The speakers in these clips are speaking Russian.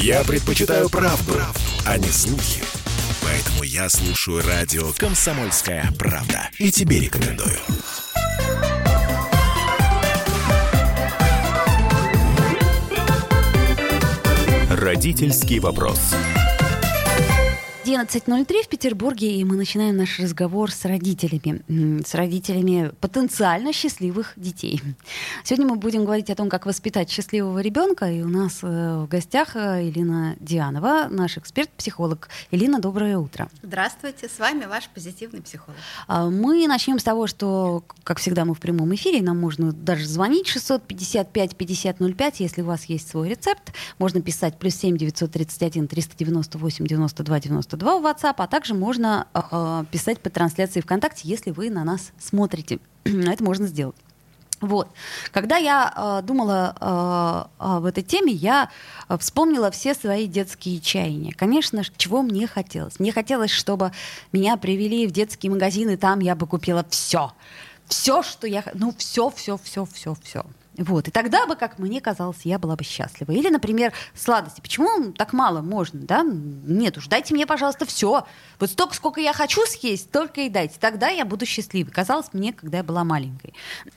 Я предпочитаю правду, а не слухи. Поэтому я слушаю радио «Комсомольская правда». И тебе рекомендую. Родительский вопрос. 11:03 в Петербурге, и мы начинаем наш разговор с родителями потенциально счастливых детей. Сегодня мы будем говорить о том, как воспитать счастливого ребенка, и у нас в гостях Элина Дианова, наш эксперт-психолог. Элина, доброе утро. Здравствуйте, с вами ваш позитивный психолог. Мы начнем с того, что, как всегда, мы в прямом эфире, нам можно даже звонить 655-5005, если у вас есть свой рецепт. Можно писать +7 931 398 92 92 в WhatsApp, а также можно писать по трансляции ВКонтакте, если вы на нас смотрите. Это можно сделать. Вот. Когда я думала об этой теме, я вспомнила все свои детские чаяния. Конечно, чего мне хотелось? Мне хотелось, чтобы меня привели в детский магазин, и там я бы купила все. Все, что я... Ну, все. Вот. И тогда бы, как мне казалось, я была бы счастлива. Или, например, сладости. Почему так мало можно, да? Нет уж, дайте мне, пожалуйста, все. Вот столько, сколько я хочу съесть, столько и дайте. Тогда я буду счастливой. Казалось мне, когда я была маленькой.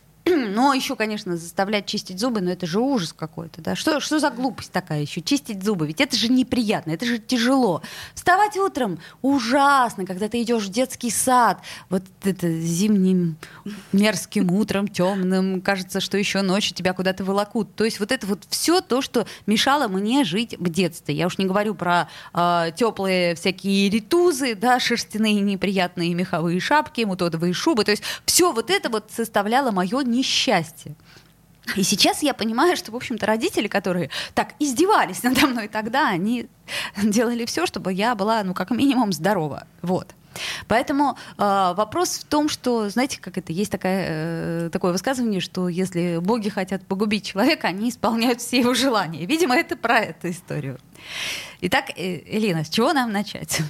Но еще, конечно, заставлять чистить зубы, но это же ужас какой-то, да? Что за глупость такая еще? Чистить зубы, ведь это же неприятно, это же тяжело. Вставать утром ужасно, когда ты идешь в детский сад, вот это зимним мерзким утром, темным, кажется, что еще ночью тебя куда-то волокут. То есть вот это вот все то, что мешало мне жить в детстве. Я уж не говорю про теплые всякие ритузы, да, шерстяные неприятные меховые шапки, мутодовые шубы. То есть все вот это вот составляло мое несчастье. И сейчас я понимаю, что, в общем-то, родители, которые так издевались надо мной тогда, они делали все, чтобы я была, ну, как минимум, здорова. Вот. Поэтому вопрос в том, что, знаете, как это, есть такое высказывание, что если боги хотят погубить человека, они исполняют все его желания. Видимо, это про эту историю. Итак, Элина, с чего нам начать?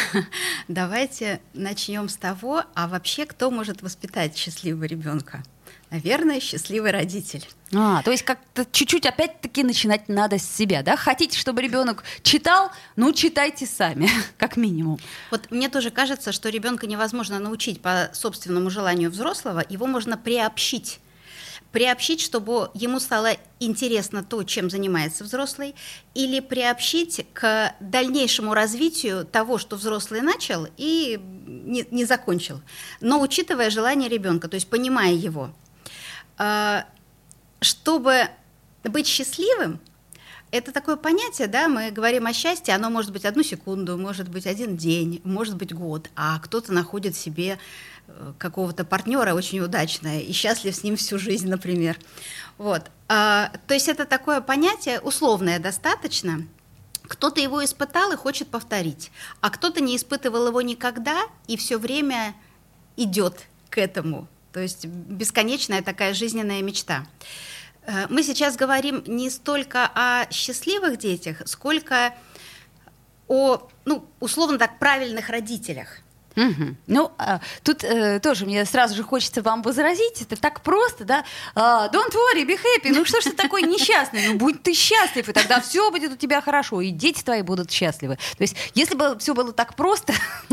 Давайте начнем с того, а вообще кто может воспитать счастливого ребенка? Наверное, счастливый родитель. То есть как-то чуть-чуть опять-таки начинать надо с себя, да? Хотите, чтобы ребенок читал? Ну, читайте сами, как минимум. Вот мне тоже кажется, что ребенка невозможно научить по собственному желанию взрослого, его можно приобщить. Приобщить, чтобы ему стало интересно то, чем занимается взрослый, или приобщить к дальнейшему развитию того, что взрослый начал и не закончил, но учитывая желание ребенка, то есть понимая его. Чтобы быть счастливым, это такое понятие, да, мы говорим о счастье, оно может быть 1 секунду, может быть 1 день, может быть год, а кто-то находит себе какого-то партнера очень удачного и счастлив с ним всю жизнь, например. Вот. То есть это такое понятие условное достаточно. Кто-то его испытал и хочет повторить, а кто-то не испытывал его никогда и все время идет к этому. То есть бесконечная такая жизненная мечта. Мы сейчас говорим не столько о счастливых детях, сколько о, условно так, правильных родителях. Угу. Ну, тут тоже мне сразу же хочется вам возразить. Это так просто, да? Don't worry, be happy. Ну что ж ты такой несчастный? Ну будь ты счастлив, и тогда все будет у тебя хорошо, и дети твои будут счастливы. То есть, если бы все было так просто...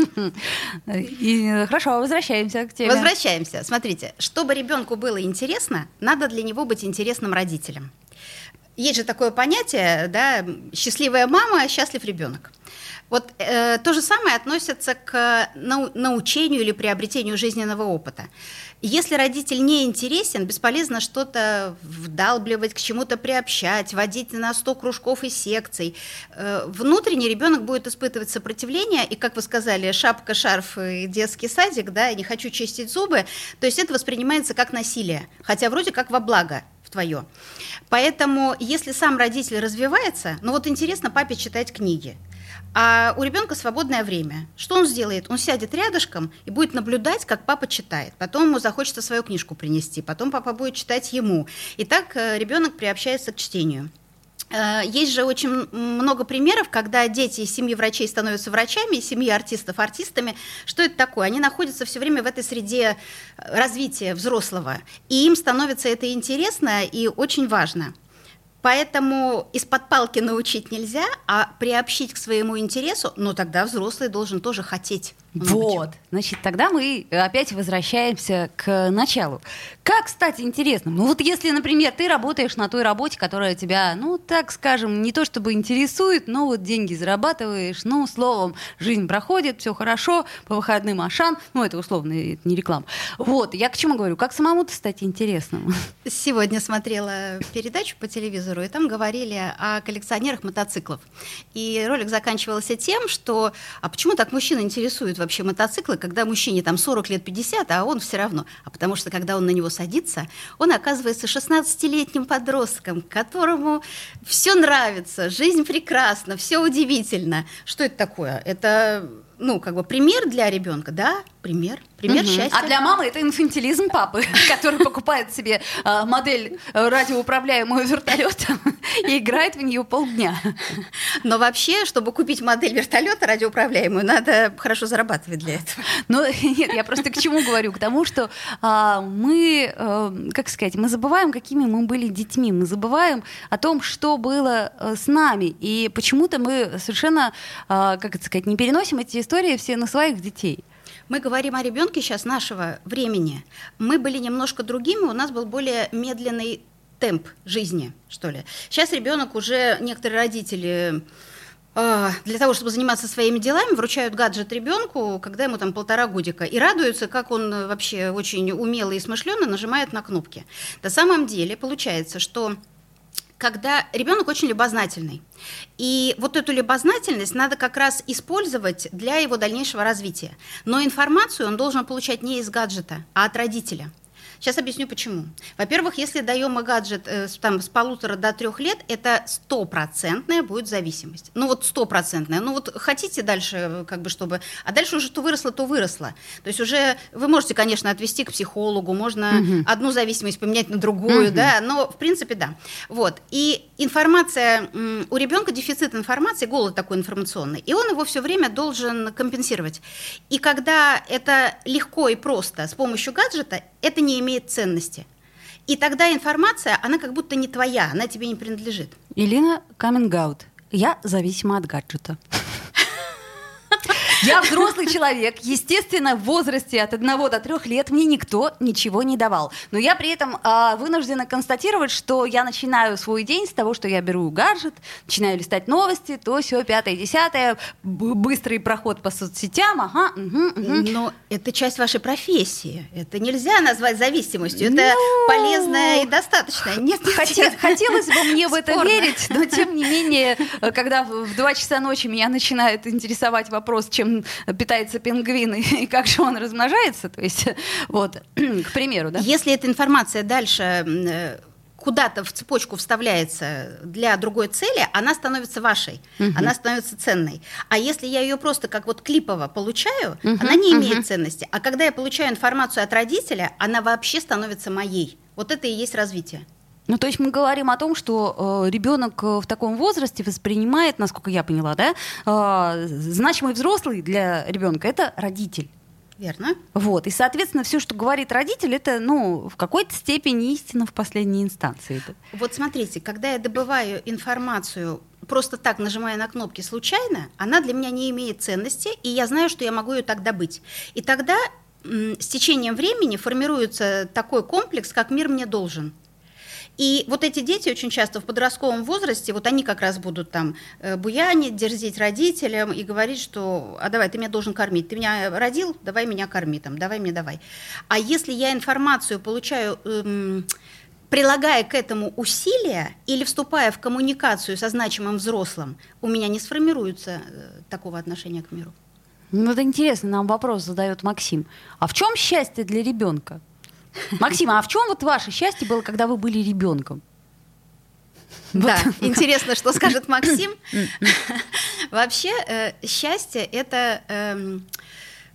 Хорошо, возвращаемся к теме. Возвращаемся. Смотрите, чтобы ребенку было интересно, надо для него быть интересным родителем. Есть же такое понятие, да, счастливая мама, счастлив ребенок. Вот то же самое относится к научению или приобретению жизненного опыта. Если родитель не интересен, бесполезно что-то вдалбливать, к чему-то приобщать, водить на 100 кружков и секций. Внутренне ребенок будет испытывать сопротивление, и, как вы сказали, шапка, шарф и детский садик, да, не хочу чистить зубы, то есть это воспринимается как насилие, хотя вроде как во благо твое. Поэтому, если сам родитель развивается, вот интересно папе читать книги, а у ребенка свободное время. Что он сделает? Он сядет рядышком и будет наблюдать, как папа читает. Потом ему захочется свою книжку принести, потом папа будет читать ему. И так ребенок приобщается к чтению. Есть же очень много примеров, когда дети из семьи врачей становятся врачами, из семьи артистов артистами. Что это такое? Они находятся все время в этой среде развития взрослого, и им становится это интересно и очень важно. Поэтому из-под палки научить нельзя, а приобщить к своему интересу, но тогда взрослый должен тоже хотеть. Вот, значит, тогда мы опять возвращаемся к началу. Как стать интересным? Ну вот если, например, ты работаешь на той работе, которая тебя, ну так скажем, не то чтобы интересует, но вот деньги зарабатываешь, ну словом, жизнь проходит, все хорошо, по выходным Ашан, ну это условно, это не реклама. Вот, я к чему говорю, как самому-то стать интересным? Сегодня смотрела передачу по телевизору, и там говорили о коллекционерах мотоциклов. И ролик заканчивался тем, что, а почему так мужчин интересуют вообще мотоциклы, когда мужчине там 40 лет, 50, а он все равно. А потому что, когда он на него садится, он оказывается 16-летним подростком, которому все нравится, жизнь прекрасна, все удивительно. Что это такое? Это, ну, как бы пример для ребенка, да? Пример счастья. А для мамы это инфантилизм папы, который покупает себе модель радиоуправляемого вертолета и играет в нее полдня. Но вообще, чтобы купить модель вертолета радиоуправляемую, надо хорошо зарабатывать для этого. Ну, нет, я просто к чему говорю? К тому, что мы, как сказать, мы забываем, какими мы были детьми, мы забываем о том, что было с нами, и почему-то мы совершенно, как это сказать, не переносим эти истории все на своих детей. Мы говорим о ребенке сейчас нашего времени. Мы были немножко другими, у нас был более медленный темп жизни, что ли. Сейчас ребенок уже, некоторые родители для того, чтобы заниматься своими делами, вручают гаджет ребенку, когда ему там 1,5 годика, и радуются, как он вообще очень умело и смышленно нажимает на кнопки. На самом деле получается, что когда ребенок очень любознательный, и вот эту любознательность надо как раз использовать для его дальнейшего развития. Но информацию он должен получать не из гаджета, а от родителя. Сейчас объясню почему. Во-первых, если даем мы гаджет там, с 1,5 до 3 лет, это 100% будет зависимость. Ну вот 100%. Ну вот хотите дальше, как бы, чтобы... А дальше уже то выросло. То есть уже вы можете, конечно, отвести к психологу, можно одну зависимость поменять на другую, да, но в принципе да. Вот. И информация, у ребенка дефицит информации, голод такой информационный, и он его все время должен компенсировать. И когда это легко и просто с помощью гаджета, это не имеет ценности. И тогда информация, она как будто не твоя, она тебе не принадлежит. Елена, каминг-аут. Я зависима от гаджета. Я взрослый человек, естественно, в возрасте от 1 до 3 лет мне никто ничего не давал. Но я при этом вынуждена констатировать, что я начинаю свой день с того, что я беру гаджет, начинаю листать новости, то сё, 5-10, быстрый проход по соцсетям, Но это часть вашей профессии. Это нельзя назвать зависимостью. Это полезное и достаточное. Нет, хотелось бы мне в это верить, но тем не менее, когда в 2 часа ночи меня начинает интересовать вопрос, чем питается пингвин и как же он размножается, то есть, вот, к примеру, да? Если эта информация дальше куда-то в цепочку вставляется для другой цели, она становится вашей, она становится ценной. А если я ее просто как вот клипово получаю, она не имеет ценности. А когда я получаю информацию от родителя, она вообще становится моей. Вот это и есть развитие. Ну, то есть мы говорим о том, что ребенок в таком возрасте воспринимает, насколько я поняла, да, значимый взрослый для ребенка это родитель. Верно. Вот. И, соответственно, все, что говорит родитель, это, ну, в какой-то степени истина в последней инстанции. Вот смотрите, когда я добываю информацию, просто так нажимая на кнопки случайно, она для меня не имеет ценности, и я знаю, что я могу ее так добыть. И тогда с течением времени формируется такой комплекс, как «мир мне должен». И вот эти дети очень часто в подростковом возрасте, вот они как раз будут там буянить, дерзить родителям и говорить, что «а давай, ты меня должен кормить, ты меня родил, давай меня корми, там, давай мне давай». А если я информацию получаю, прилагая к этому усилия или вступая в коммуникацию со значимым взрослым, у меня не сформируется такого отношения к миру. Ну, это интересно, нам вопрос задает Максим. А в чем счастье для ребенка? Максим, а в чем вот ваше счастье было, когда вы были ребенком? Да, интересно, что скажет Максим. Вообще, счастье – это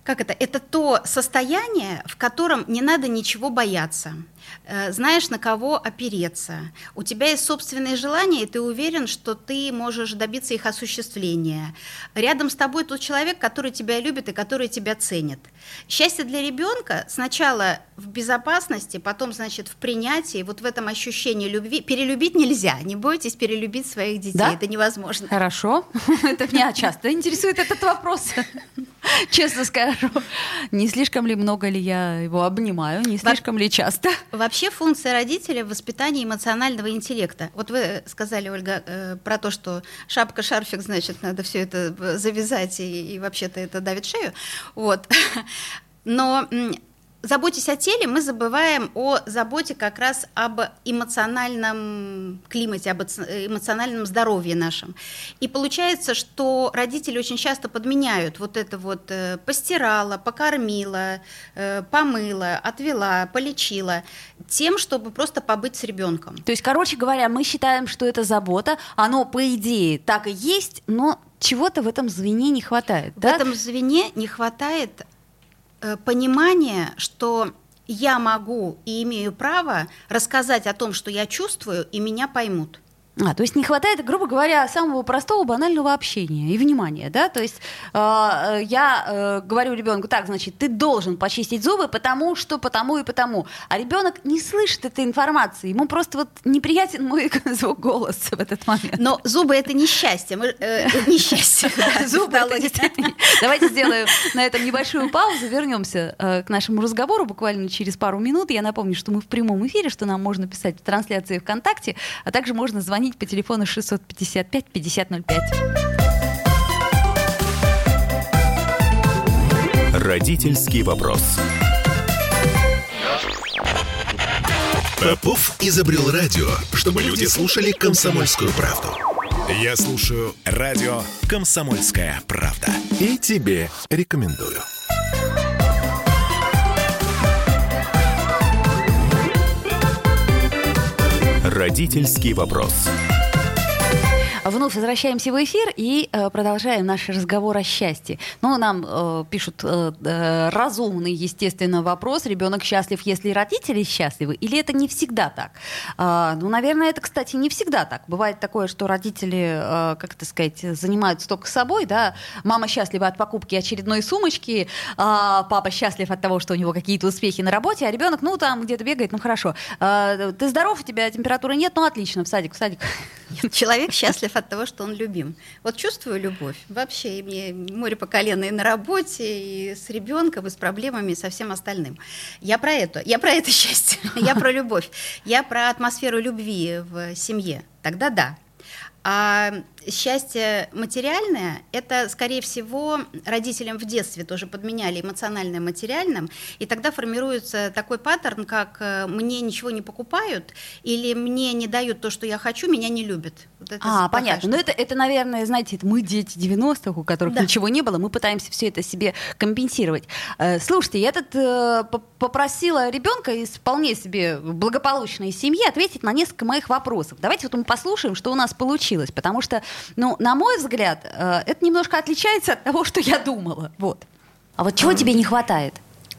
как это? Это то состояние, в котором не надо ничего бояться. Знаешь, на кого опереться. У тебя есть собственные желания, и ты уверен, что ты можешь добиться их осуществления. Рядом с тобой тот человек, который тебя любит и который тебя ценит. Счастье для ребенка сначала в безопасности, потом, значит, в принятии, вот в этом ощущении любви. Перелюбить нельзя, не бойтесь перелюбить своих детей, да? Это невозможно. Хорошо, это меня часто интересует этот вопрос. Честно скажу, не слишком ли много ли я его обнимаю, не слишком ли часто? Вообще функция родителя в воспитании эмоционального интеллекта. Вот вы сказали, Ольга, про то, что шапка, шарфик, значит, надо все это завязать, и вообще-то это давит шею. Вот. Но заботясь о теле, мы забываем о заботе как раз об эмоциональном климате, об эмоциональном здоровье нашем. И получается, что родители очень часто подменяют вот это вот постирала, покормила, помыла, отвела, полечила тем, чтобы просто побыть с ребенком. То есть, короче говоря, мы считаем, что это забота, оно, по идее, так и есть, но чего-то в этом звене не хватает. В да? этом звене не хватает понимание, что я могу и имею право рассказать о том, что я чувствую, и меня поймут. То есть не хватает, грубо говоря, самого простого банального общения и внимания, да? То есть я говорю ребенку, так, значит, ты должен почистить зубы, потому, а ребенок не слышит этой информации, ему просто вот неприятен мой звук голоса в этот момент. Но зубы это несчастье, несчастье. Зубы это действительно. Давайте сделаем на этом небольшую паузу, вернемся к нашему разговору буквально через пару минут. Я напомню, что мы в прямом эфире, что нам можно писать в трансляции ВКонтакте, а также можно звонить по телефону 655-5005. Родительский вопрос. Попов изобрел радио, чтобы люди слушали «Комсомольскую правду». Я слушаю радио «Комсомольская правда». И тебе рекомендую. Родительский вопрос. Вновь возвращаемся в эфир и продолжаем наш разговор о счастье. Нам пишут разумный, естественно, вопрос. Ребенок счастлив, если родители счастливы? Или это не всегда так? Наверное, это, кстати, не всегда так. Бывает такое, что родители, занимаются только собой, да? Мама счастлива от покупки очередной сумочки, папа счастлив от того, что у него какие-то успехи на работе, а ребенок, там где-то бегает, хорошо. Ты здоров, у тебя температуры нет? Отлично, в садик. Человек счастлив от того, что он любим. Вот чувствую любовь. Вообще, и мне море по колено и на работе, и с ребенком, и с проблемами, и со всем остальным. Я про это счастье. Я про любовь. Я про атмосферу любви в семье. Тогда да. А счастье материальное, это, скорее всего, родителям в детстве тоже подменяли эмоциональное материальным, и тогда формируется такой паттерн, как «мне ничего не покупают» или «мне не дают то, что я хочу, меня не любят». Вот это понятно. Но это, наверное, знаете, мы дети 90-х, у которых ничего не было, мы пытаемся все это себе компенсировать. Слушайте, я тут попросила ребенка из вполне себе благополучной семьи ответить на несколько моих вопросов. Давайте мы послушаем, что у нас получилось, потому что на мой взгляд, это немножко отличается от того, что я думала. Вот. А вот чего тебе не хватает?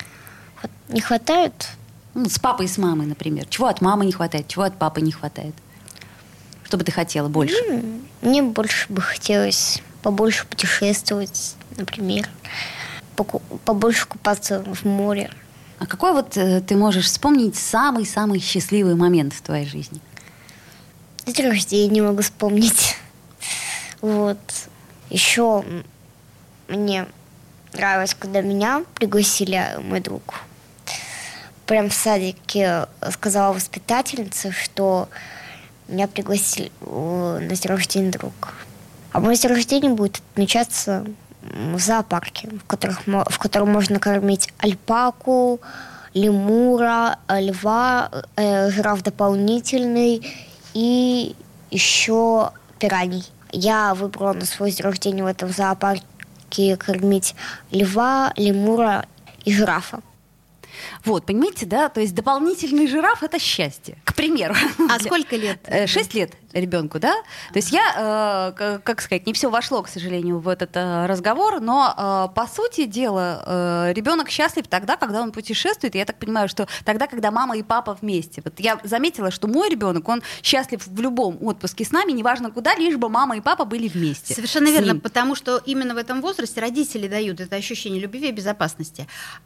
Не хватает? С папой и с мамой, например. Чего от мамы не хватает, чего от папы не хватает? Что бы ты хотела больше? Мне больше бы хотелось побольше путешествовать, например. Побольше купаться в море. А какой ты можешь вспомнить самый-самый счастливый момент в твоей жизни? День рождения могу вспомнить. Вот. Еще мне нравилось, когда меня пригласили, мой друг. Прям в садике сказала воспитательница, что меня пригласили на день рождения друг. А мой день рождения будет отмечаться в зоопарке, в котором можно кормить альпаку, лемура, льва, жираф дополнительный и еще пираний. Я выбрала на свой день рождения в этом зоопарке кормить льва, лемура и жирафа. Вот, понимаете, да? То есть дополнительный жираф – это счастье, к примеру. А сколько лет? 6 лет. ребенку, да? То есть я, как сказать, не все вошло, к сожалению, в этот разговор, но по сути дела ребенок счастлив тогда, когда он путешествует. И я так понимаю, что тогда, когда мама и папа вместе. Вот я заметила, что мой ребенок, он счастлив в любом отпуске с нами, неважно куда, лишь бы мама и папа были вместе. Совершенно верно, потому что именно в этом возрасте родители дают это ощущение любви и безопасности.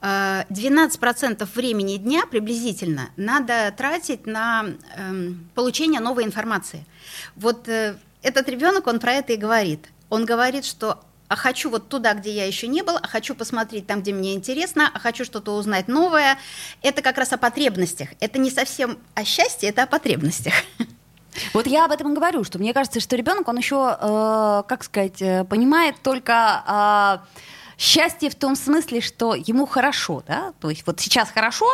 12% времени дня приблизительно надо тратить на получение новой информации. Вот этот ребенок, он про это и говорит. Он говорит, что а хочу вот туда, где я еще не был, а хочу посмотреть там, где мне интересно, а хочу что-то узнать новое. Это как раз о потребностях. Это не совсем о счастье, это о потребностях. Вот я об этом и говорю, что мне кажется, что ребенок, он еще, как сказать, понимает только счастье в том смысле, что ему хорошо, да? То есть вот сейчас хорошо,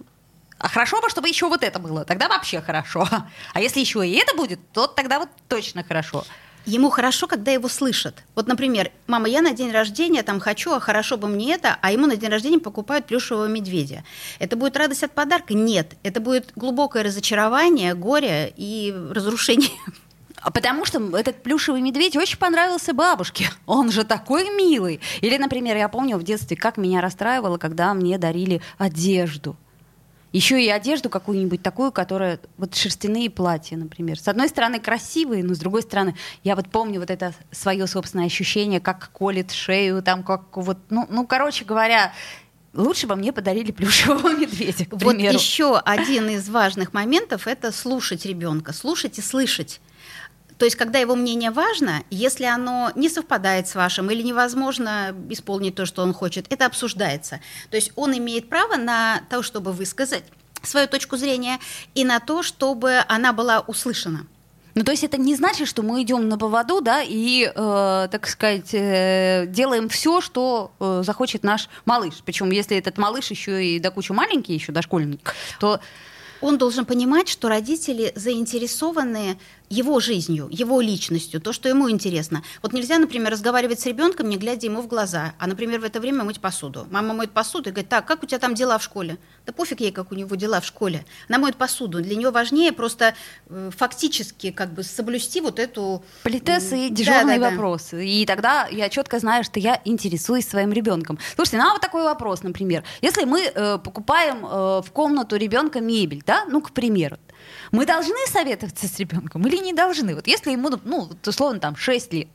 а хорошо бы, чтобы еще вот это было, тогда вообще хорошо. А если еще и это будет, то тогда вот точно хорошо. Ему хорошо, когда его слышат. Вот, например, мама, я на день рождения там хочу, а хорошо бы мне это, а ему на день рождения покупают плюшевого медведя. Это будет радость от подарка? Нет. Это будет глубокое разочарование, горе и разрушение. Потому что этот плюшевый медведь очень понравился бабушке. Он же такой милый. Или, например, я помню в детстве, как меня расстраивало, когда мне дарили одежду. Еще и одежду какую-нибудь такую, которая... Вот шерстяные платья, например. С одной стороны, красивые, но с другой стороны, я вот помню вот это свое собственное ощущение, как колет шею, там как вот... Ну, короче говоря, лучше бы мне подарили плюшевого медведя, к примеру. Вот еще один из важных моментов – это слушать ребенка. Слушать и слышать. То есть, когда его мнение важно, если оно не совпадает с вашим или невозможно исполнить то, что он хочет, это обсуждается. То есть он имеет право на то, чтобы высказать свою точку зрения, и на то, чтобы она была услышана. Ну, то есть это не значит, что мы идем на поводу, да, и, так сказать, делаем все, что захочет наш малыш. Причем, если этот малыш еще и до кучи маленький, еще дошкольник, то... Он должен понимать, что родители заинтересованы его жизнью, его личностью, то, что ему интересно. Вот нельзя, например, разговаривать с ребенком, не глядя ему в глаза, а, например, в это время мыть посуду. Мама моет посуду и говорит: так, как у тебя там дела в школе? Да пофиг ей, как у него дела в школе. Она моет посуду. Для нее важнее просто фактически как бы соблюсти вот эту... Политессы и дежурные вопросы. И тогда я четко знаю, что я интересуюсь своим ребенком. Слушайте, ну а вот такой вопрос, например. Если мы покупаем в комнату ребенка мебель, да, ну, к примеру, мы должны советоваться с ребенком или не должны? Вот если ему, ну, условно, там, 6 лет.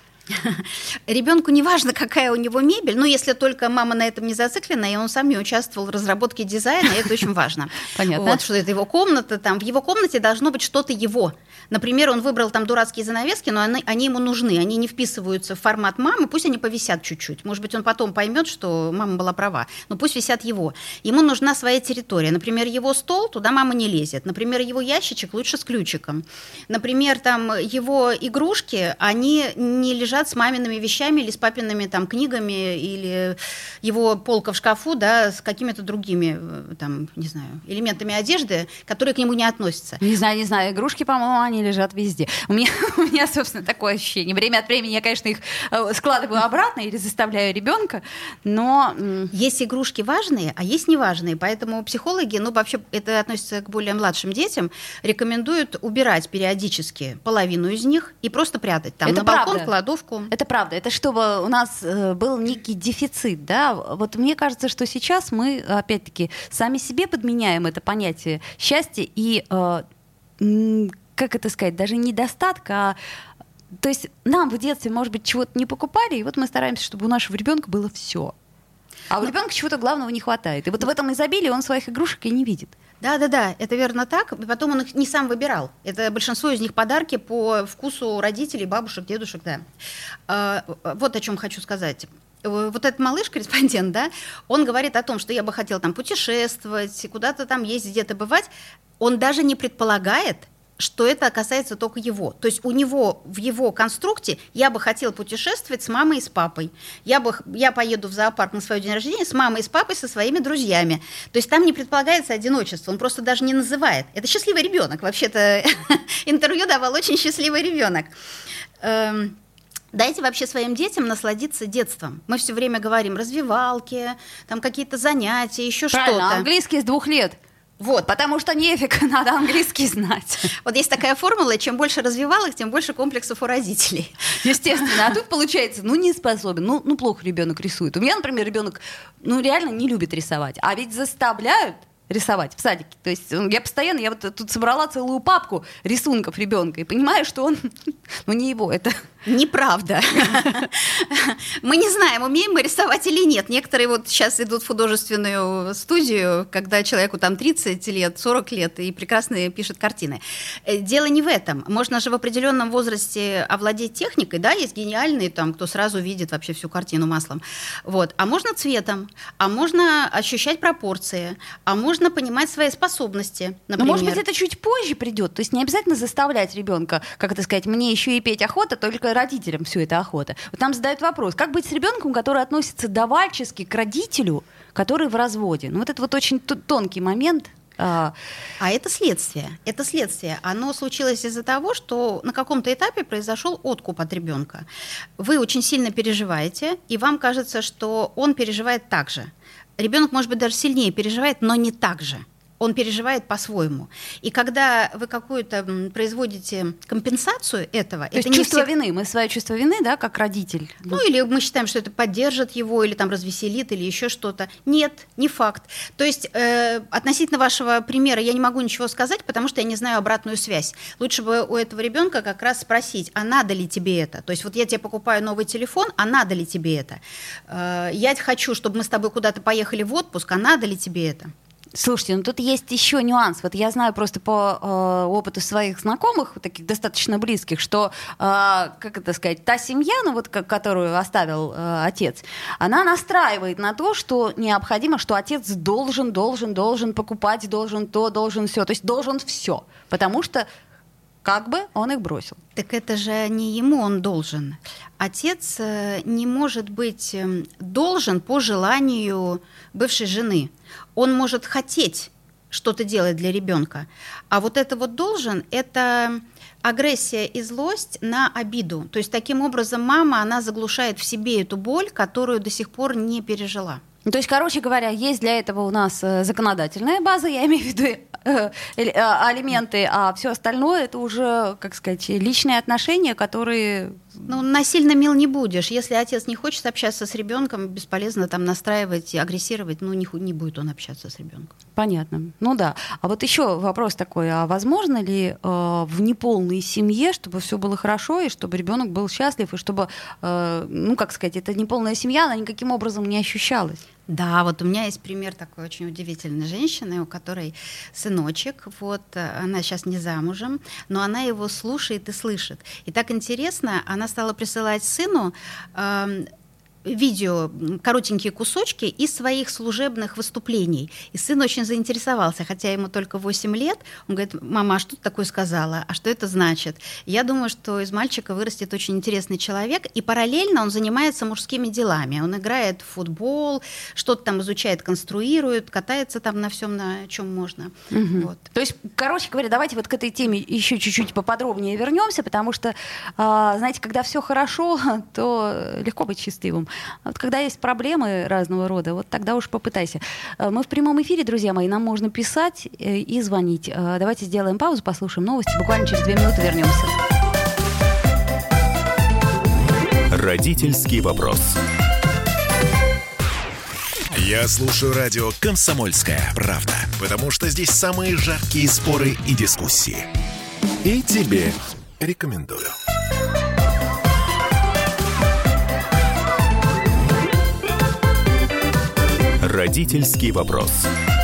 Ребенку не важно, какая у него мебель, но если только мама на этом не зациклена, и он сам не участвовал в разработке дизайна, это очень важно. Понятно. Вот, что это его комната, там, в его комнате должно быть что-то его. Например, он выбрал там дурацкие занавески, но они ему нужны, они не вписываются в формат мамы, пусть они повисят чуть-чуть. Может быть, он потом поймет, что мама была права, но пусть висят его. Ему нужна своя территория. Например, его стол, туда мама не лезет. Например, его ящичек лучше с ключиком. Например, там, его игрушки, они не лежат с мамиными вещами или с папиными там книгами, или его полка в шкафу, да, с какими-то другими там, не знаю, элементами одежды, которые к нему не относятся. Не знаю, игрушки, по-моему, они лежат везде. У меня, собственно, такое ощущение. Время от времени я, конечно, их складываю обратно или заставляю ребенка, но... Есть игрушки важные, а есть неважные, поэтому психологи, ну, вообще, это относится к более младшим детям, рекомендуют убирать периодически половину из них и просто прятать там это на балкон, правда. в кладовку. Это правда. Это чтобы у нас был некий дефицит, да? Вот мне кажется, что сейчас мы, опять-таки, сами себе подменяем это понятие счастья и, как это сказать, даже недостатка, а... То есть нам в детстве, может быть, чего-то не покупали, и вот мы стараемся, чтобы у нашего ребенка было все. А у ребенка чего-то главного не хватает. И вот в этом изобилии он своих игрушек и не видит. Да, это верно так. И потом он их не сам выбирал. Это большинство из них подарки по вкусу родителей, бабушек, дедушек, да. Вот о чем хочу сказать. Вот этот малыш-корреспондент, да, он говорит о том, что я бы хотел там путешествовать, куда-то там ездить, где-то бывать. Он даже не предполагает, что это касается только его. То есть у него в его конструкте я бы хотел путешествовать с мамой и с папой. Я поеду в зоопарк на свой день рождения с мамой и с папой, со своими друзьями. То есть там не предполагается одиночество, он просто даже не называет. Это счастливый ребенок. Вообще-то интервью давал очень счастливый ребенок. Дайте вообще своим детям насладиться детством. Мы все время говорим развивалки, там какие-то занятия, еще что-то. Английский с 2 лет. Вот. Потому что нефиг, надо английский знать. Вот есть такая формула, чем больше развивал их, тем больше комплексов у родителей. Естественно. А тут получается, не способен, плохо ребенок рисует. У меня, например, ребенок, реально не любит рисовать. А ведь заставляют рисовать в садике. То есть я вот тут собрала целую папку рисунков ребенка и понимаю, что он, не его это. Неправда. Мы не знаем, умеем мы рисовать или нет. Некоторые вот сейчас идут в художественную студию, когда человеку там 30 лет, 40 лет, и прекрасно пишет картины. Дело не в этом. Можно же в определенном возрасте овладеть техникой, да, есть гениальные, там, кто сразу видит вообще всю картину маслом. Вот. А можно цветом, а можно ощущать пропорции, а можно понимать свои способности, например. Но, может быть, это чуть позже придет. То есть не обязательно заставлять ребенка, как это сказать, мне еще и петь охота, только родителям все это охота. Вот там задают вопрос, как быть с ребенком, который относится давальчески к родителю, который в разводе? Вот это вот очень тонкий момент. А это следствие. Это следствие. Оно случилось из-за того, что на каком-то этапе произошел откуп от ребенка. Вы очень сильно переживаете, и вам кажется, что он переживает так же. Ребенок, может быть, даже сильнее переживает, но не так же. Он переживает по-своему. И когда вы какую-то производите компенсацию этого... То это есть чувство вины. Мы свое чувство вины, да, как родитель. Или мы считаем, что это поддержит его, или там развеселит, или еще что-то. Нет, не факт. То есть относительно вашего примера я не могу ничего сказать, потому что я не знаю обратную связь. Лучше бы у этого ребенка как раз спросить, а надо ли тебе это? То есть вот я тебе покупаю новый телефон, а надо ли тебе это? Я хочу, чтобы мы с тобой куда-то поехали в отпуск, а надо ли тебе это? Слушайте, тут есть еще нюанс. Вот я знаю просто по опыту своих знакомых, таких достаточно близких, что, как это сказать, та семья, которую оставил отец, она настраивает на то, что необходимо, что отец должен покупать, должен то, должен все. То есть должен все, потому что как бы он их бросил. Так это же не ему он должен. Отец не может быть должен по желанию бывшей жены. Он может хотеть что-то делать для ребенка. А вот это вот должен – это агрессия и злость на обиду. То есть таким образом мама, она заглушает в себе эту боль, которую до сих пор не пережила. То есть, короче говоря, есть для этого у нас законодательная база, я имею в виду алименты, а все остальное это уже, как сказать, личные отношения, которые... насильно мил не будешь. Если отец не хочет общаться с ребенком, бесполезно там настраивать и агрессировать, не будет он общаться с ребенком. Понятно. Да. А вот еще вопрос такой, а возможно ли в неполной семье, чтобы все было хорошо, и чтобы ребенок был счастлив, и чтобы, как сказать, эта неполная семья, она никаким образом не ощущалась? Да, вот у меня есть пример такой очень удивительной женщины, у которой сыночек, она сейчас не замужем, но она его слушает и слышит. И так интересно, она стала присылать сыну видео, коротенькие кусочки из своих служебных выступлений. И сын очень заинтересовался, хотя ему только 8 лет. Он говорит: мама, а что ты такое сказала? А что это значит? Я думаю, что из мальчика вырастет очень интересный человек, и параллельно он занимается мужскими делами. Он играет в футбол, что-то там изучает, конструирует, катается там на всем, на чем можно. Угу. Вот. То есть, короче говоря, давайте вот к этой теме еще чуть-чуть поподробнее вернемся, потому что, знаете, когда все хорошо, то легко быть счастливым. Вот когда есть проблемы разного рода, вот тогда уж попытайся. Мы в прямом эфире, друзья мои, нам можно писать и звонить. Давайте сделаем паузу, послушаем новости. Буквально через 2 минуты вернемся. Родительский вопрос. Я слушаю радио «Комсомольская правда», потому что здесь самые жаркие споры и дискуссии. И тебе рекомендую. Родительский вопрос.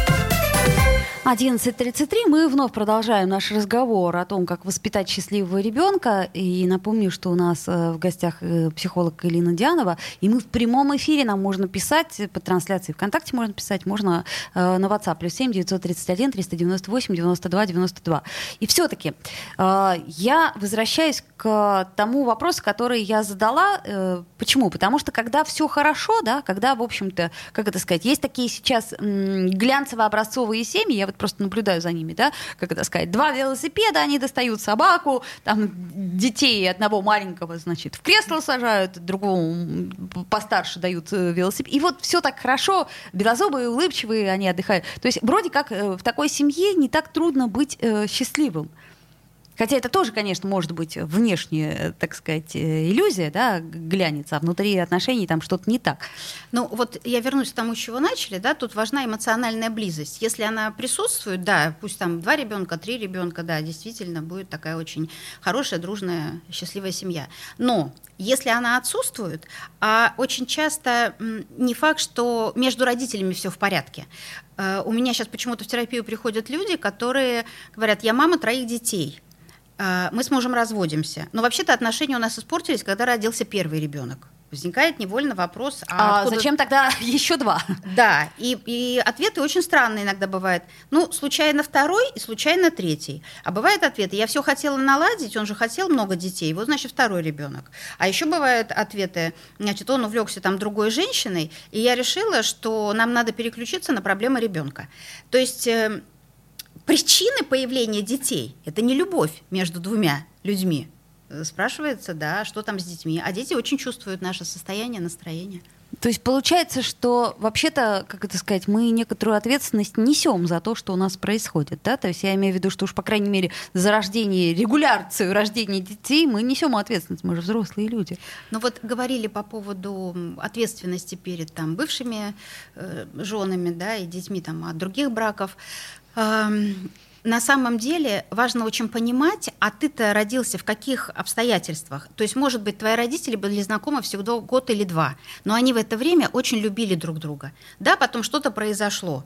11:33. Мы вновь продолжаем наш разговор о том, как воспитать счастливого ребенка. И напомню, что у нас в гостях психолог Элина Дианова. И мы в прямом эфире, нам можно писать по трансляции ВКонтакте, можно писать, можно на WhatsApp +7 931 398 92 92. И все-таки я возвращаюсь к тому вопросу, который я задала. Почему? Потому что когда все хорошо, да, когда, в общем-то, как это сказать, есть такие сейчас глянцево-образцовые семьи. Я вот просто наблюдаю за ними, да, как это сказать, 2 велосипеда, они достают собаку, там детей одного маленького, значит, в кресло сажают, другому постарше дают велосипед. И вот все так хорошо, белозубые, улыбчивые, они отдыхают. То есть вроде как в такой семье не так трудно быть счастливым. Хотя это тоже, конечно, может быть внешняя, так сказать, иллюзия, да, глянец, а внутри отношений там что-то не так. Ну вот я вернусь к тому, с чего начали, да, тут важна эмоциональная близость. Если она присутствует, да, пусть там 2 ребенка, 3 ребенка, да, действительно будет такая очень хорошая, дружная, счастливая семья. Но если она отсутствует, а очень часто не факт, что между родителями все в порядке. У меня сейчас почему-то в терапию приходят люди, которые говорят: я мама 3 детей. Мы с мужем разводимся. Но вообще-то отношения у нас испортились, когда родился первый ребенок. Возникает невольно вопрос: зачем тогда еще 2? Да, и ответы очень странные иногда бывают. Ну, случайно 2-й и случайно 3-й. А бывают ответы: я все хотела наладить, он же хотел много детей, вот, значит, 2-й ребенок. А еще бывают ответы: значит, он увлекся там другой женщиной, и я решила, что нам надо переключиться на проблемы ребенка. То есть причины появления детей – это не любовь между 2 людьми. Спрашивается, да, что там с детьми. А дети очень чувствуют наше состояние, настроение. То есть получается, что вообще-то, как это сказать, мы некоторую ответственность несем за то, что у нас происходит, да? То есть я имею в виду, что уж, по крайней мере, за рождение, регуляцию рождения детей мы несем ответственность, мы же взрослые люди. Ну вот говорили по поводу ответственности перед там бывшими женами, да, и детьми там от других браков. На самом деле важно очень понимать, а ты-то родился в каких обстоятельствах. То есть, может быть, твои родители были знакомы всего год или 2, но они в это время очень любили друг друга. Да, потом что-то произошло.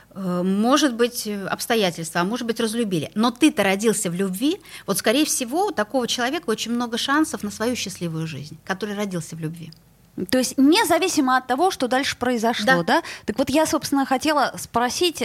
Может быть, обстоятельства, а может быть, разлюбили. Но ты-то родился в любви. Вот, скорее всего, у такого человека очень много шансов на свою счастливую жизнь, который родился в любви. То есть независимо от того, что дальше произошло, да? Так вот я, собственно, хотела спросить,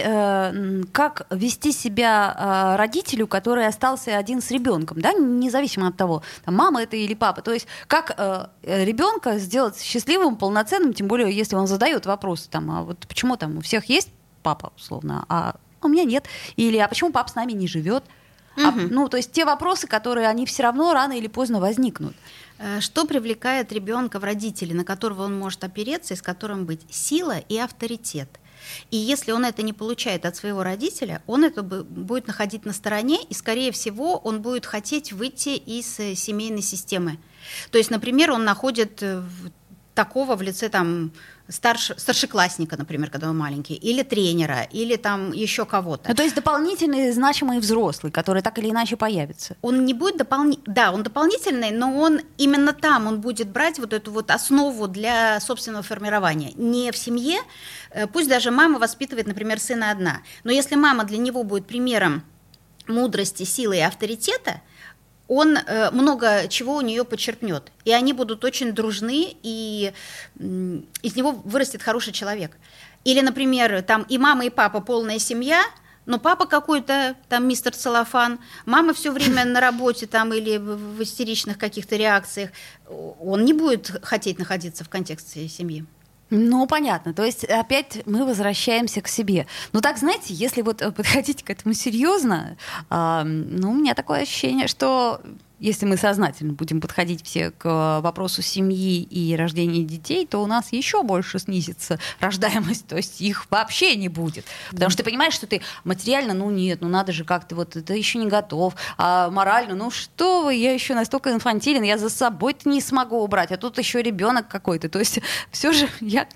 как вести себя родителю, который остался один с ребенком, да, независимо от того, там, мама это или папа. То есть как ребенка сделать счастливым, полноценным, тем более, если он задает вопросы, там, а вот почему там у всех есть папа, условно, а у меня нет, или а почему папа с нами не живет? Ну, то есть те вопросы, которые они все равно рано или поздно возникнут. Что привлекает ребенка в родителе, на которого он может опереться и с которым быть? Сила и авторитет. И если он это не получает от своего родителя, он это будет находить на стороне, и, скорее всего, он будет хотеть выйти из семейной системы. То есть, например, он находит такого в лице там старшеклассника, например, когда он маленький, или тренера, или там еще кого-то. Ну, то есть дополнительный значимый взрослый, который так или иначе появится. Он не будет да, он дополнительный, но он именно там он будет брать вот эту вот основу для собственного формирования. Не в семье, пусть даже мама воспитывает, например, сына одна, но если мама для него будет примером мудрости, силы и авторитета, он много чего у нее почерпнет. И они будут очень дружны, и из него вырастет хороший человек. Или, например, там и мама, и папа полная семья, но папа какой-то там мистер Целлофан, мама все время на работе там или в истеричных каких-то реакциях. Он не будет хотеть находиться в контексте семьи. Ну, понятно. То есть опять мы возвращаемся к себе. Ну, так, знаете, если вот подходить к этому серьезно, ну, у меня такое ощущение, что если мы сознательно будем подходить все к вопросу семьи и рождения детей, то у нас еще больше снизится рождаемость, то есть их вообще не будет. Потому что ты понимаешь, что ты материально, ну нет, ну надо же как-то вот, это еще не готов, а морально, ну что вы, я еще настолько инфантилен, я за собой-то не смогу убрать, а тут еще ребенок какой-то. То есть все же я,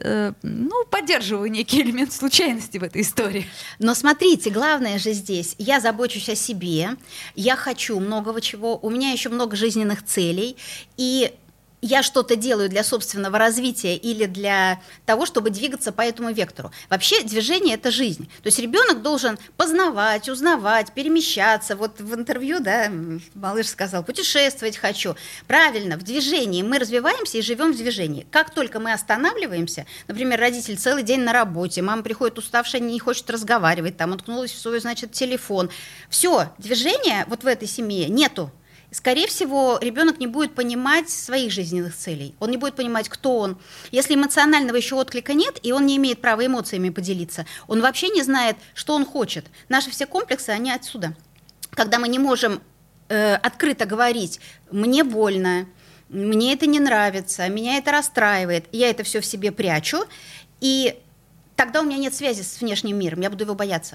поддерживаю некий элемент случайности в этой истории. Но смотрите, главное же здесь, я забочусь о себе, я хочу многого чего, у меня еще много жизненных целей, и я что-то делаю для собственного развития или для того, чтобы двигаться по этому вектору. Вообще движение – это жизнь. То есть ребенок должен познавать, узнавать, перемещаться. Вот в интервью, да, малыш сказал, путешествовать хочу. Правильно, в движении мы развиваемся и живем в движении. Как только мы останавливаемся, например, родитель целый день на работе, мама приходит уставшая, не хочет разговаривать, там уткнулась в свой, значит, телефон. Все, движения вот в этой семье нету. скорее всего, ребенок не будет понимать своих жизненных целей. Он не будет понимать, кто он. Если эмоционального еще отклика нет, и он не имеет права эмоциями поделиться, он вообще не знает, что он хочет. Наши все комплексы, они отсюда. Когда мы не можем открыто говорить: мне больно, мне это не нравится, меня это расстраивает, я это все в себе прячу, и тогда у меня нет связи с внешним миром, я буду его бояться.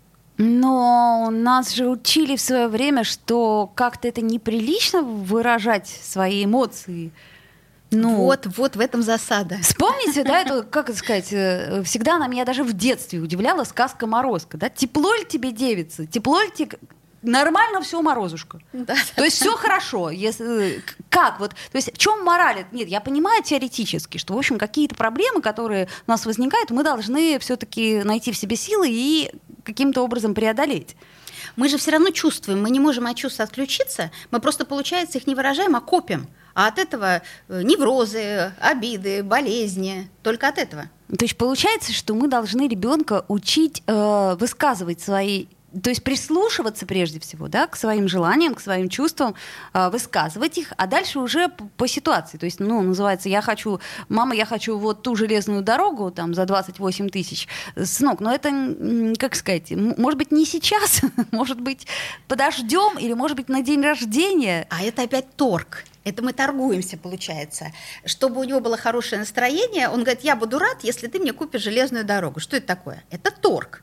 Но нас же учили в свое время, что как-то это неприлично выражать свои эмоции. Вот в этом засада. Вспомните, да, это, как это сказать, всегда она меня даже в детстве удивляла сказка «Морозко», да? Тепло ли тебе, девица? Тепло ли тебе... Нормально все, Морозушка. Да. То есть все хорошо. Если, как вот, то есть в чем мораль? Нет, я понимаю теоретически, что, в общем, какие-то проблемы, которые у нас возникают, мы должны все-таки найти в себе силы и каким-то образом преодолеть. Мы же все равно чувствуем, мы не можем от чувств отключиться, мы просто, получается, их не выражаем, а копим. А от этого неврозы, обиды, болезни, только от этого. То есть получается, что мы должны ребенка учить высказывать свои, то есть прислушиваться прежде всего, да, к своим желаниям, к своим чувствам, высказывать их, а дальше уже по ситуации. То есть, называется, мама, я хочу вот ту железную дорогу там за 28 тысяч, сынок, но это, как сказать, может быть, не сейчас, может быть, подождем, или, может быть, на день рождения. А это опять торг. Это мы торгуемся, получается. Чтобы у него было хорошее настроение, он говорит: я буду рад, если ты мне купишь железную дорогу. Что это такое? Это торг.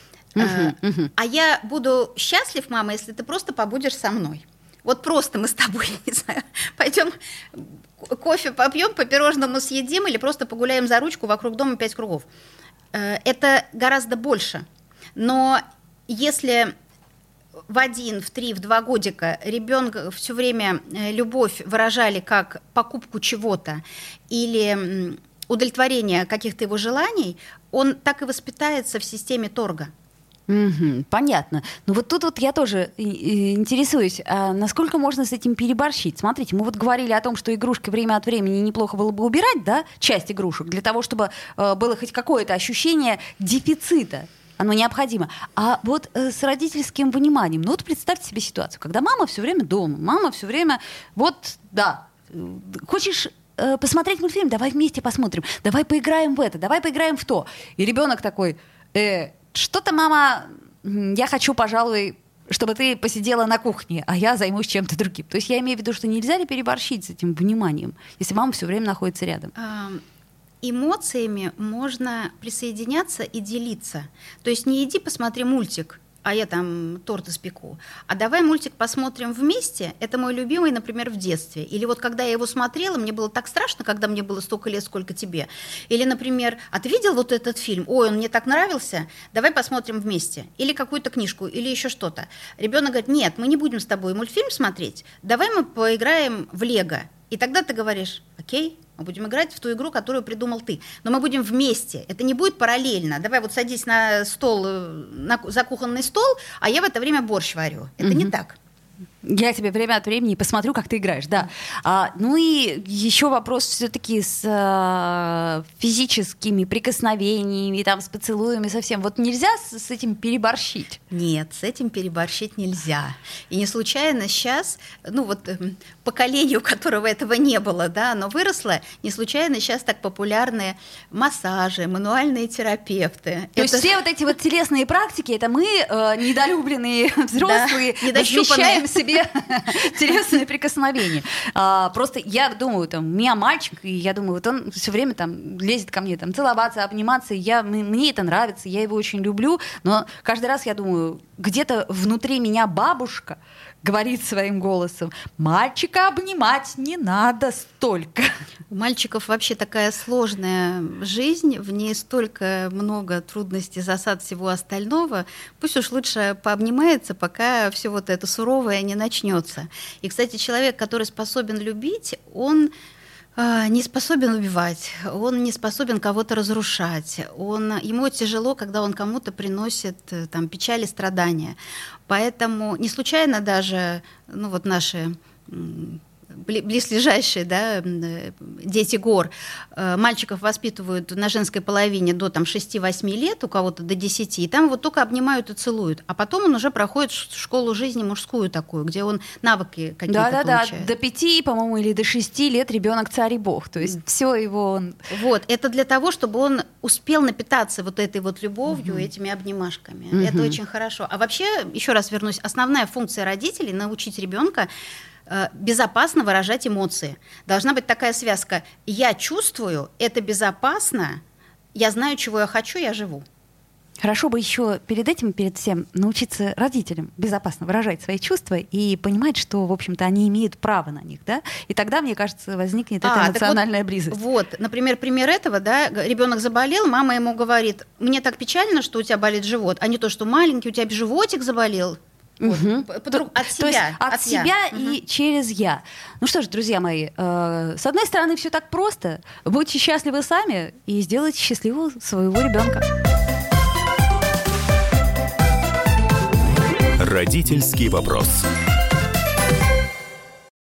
А я буду счастлив, мама, если ты просто побудешь со мной. Вот просто мы с тобой, не знаю, пойдем кофе попьем, по пирожному съедим или просто погуляем за ручку вокруг дома 5 кругов. Это гораздо больше. Но если в 1, в 3, в 2 годика ребенка все время любовь выражали как покупку чего-то или удовлетворение каких-то его желаний, он так и воспитается в системе торга. Понятно. Но вот тут вот я тоже интересуюсь, а насколько можно с этим переборщить? Смотрите, мы вот говорили о том, что игрушки время от времени неплохо было бы убирать, да, часть игрушек, для того, чтобы было хоть какое-то ощущение дефицита. Оно необходимо. А вот с родительским вниманием, вот представьте себе ситуацию, когда мама все время дома, мама все время, хочешь посмотреть мультфильм, давай вместе посмотрим, давай поиграем в это, давай поиграем в то. И ребенок такой: что-то, мама, я хочу, пожалуй, чтобы ты посидела на кухне, а я займусь чем-то другим. То есть я имею в виду, что нельзя ли переборщить с этим вниманием, если мама все время находится рядом? Эмоциями можно присоединяться и делиться. То есть не иди посмотри мультик, а я там торт испеку. А давай мультик посмотрим вместе. Это мой любимый, например, в детстве. Или вот когда я его смотрела, мне было так страшно, когда мне было столько лет, сколько тебе. Или, например, а ты видел вот этот фильм? Ой, он мне так нравился. Давай посмотрим вместе. Или какую-то книжку, или еще что-то. Ребенок говорит: нет, мы не будем с тобой мультфильм смотреть. Давай мы поиграем в Лего. И тогда ты говоришь: окей, мы будем играть в ту игру, которую придумал ты. Но мы будем вместе. Это не будет параллельно. Давай вот садись на стол, за кухонный стол, а я в это время борщ варю. Это не так. Я тебе время от времени посмотрю, как ты играешь, да. И еще вопрос все-таки с физическими прикосновениями, там, с поцелуями совсем. Вот нельзя с этим переборщить? Нет, с этим переборщить нельзя. И не случайно сейчас, поколению, у которого этого не было, да, оно выросло, не случайно сейчас так популярны массажи, мануальные терапевты. То есть все вот эти вот телесные практики, это мы, недолюбленные взрослые, недощупанные, себе телесные прикосновения. Просто я думаю, у меня мальчик, и я думаю, вот он все время там лезет ко мне, там, целоваться, обниматься, мне это нравится, я его очень люблю, но каждый раз я думаю, где-то внутри меня бабушка говорит своим голосом: мальчика обнимать не надо столько. У мальчиков вообще такая сложная жизнь, в ней столько много трудностей, засад, всего остального. Пусть уж лучше пообнимается, пока все вот это суровое не начнется. И, кстати, человек, который способен любить, он не способен убивать, он не способен кого-то разрушать, ему тяжело, когда он кому-то приносит там, печаль и страдания. Поэтому не случайно даже наши близлежащие, да, дети гор, мальчиков воспитывают на женской половине до 6-8 лет, у кого-то до 10, и там вот только обнимают и целуют. А потом он уже проходит школу жизни мужскую такую, где он навыки какие-то получает. До 5, по-моему, или до 6 лет ребенок царь и бог. То есть все его он... Вот, это для того, чтобы он успел напитаться вот этой вот любовью, этими обнимашками. Это очень хорошо. А вообще, еще раз вернусь, основная функция родителей — научить ребенка безопасно выражать эмоции. Должна быть такая связка: я чувствую, это безопасно, я знаю, чего я хочу, я живу. Хорошо бы еще перед всем научиться родителям безопасно выражать свои чувства и понимать, что, в общем-то, они имеют право на них, да? И тогда, мне кажется, возникнет эта эмоциональная близость. Вот, например, пример этого, да, ребенок заболел, мама ему говорит: мне так печально, что у тебя болит живот, а не то, что маленький, у тебя животик заболел. Вот, от себя. То есть от себя и через я. Ну что ж, друзья мои, с одной стороны, все так просто. Будьте счастливы сами и сделайте счастливым своего ребенка. Родительский вопрос.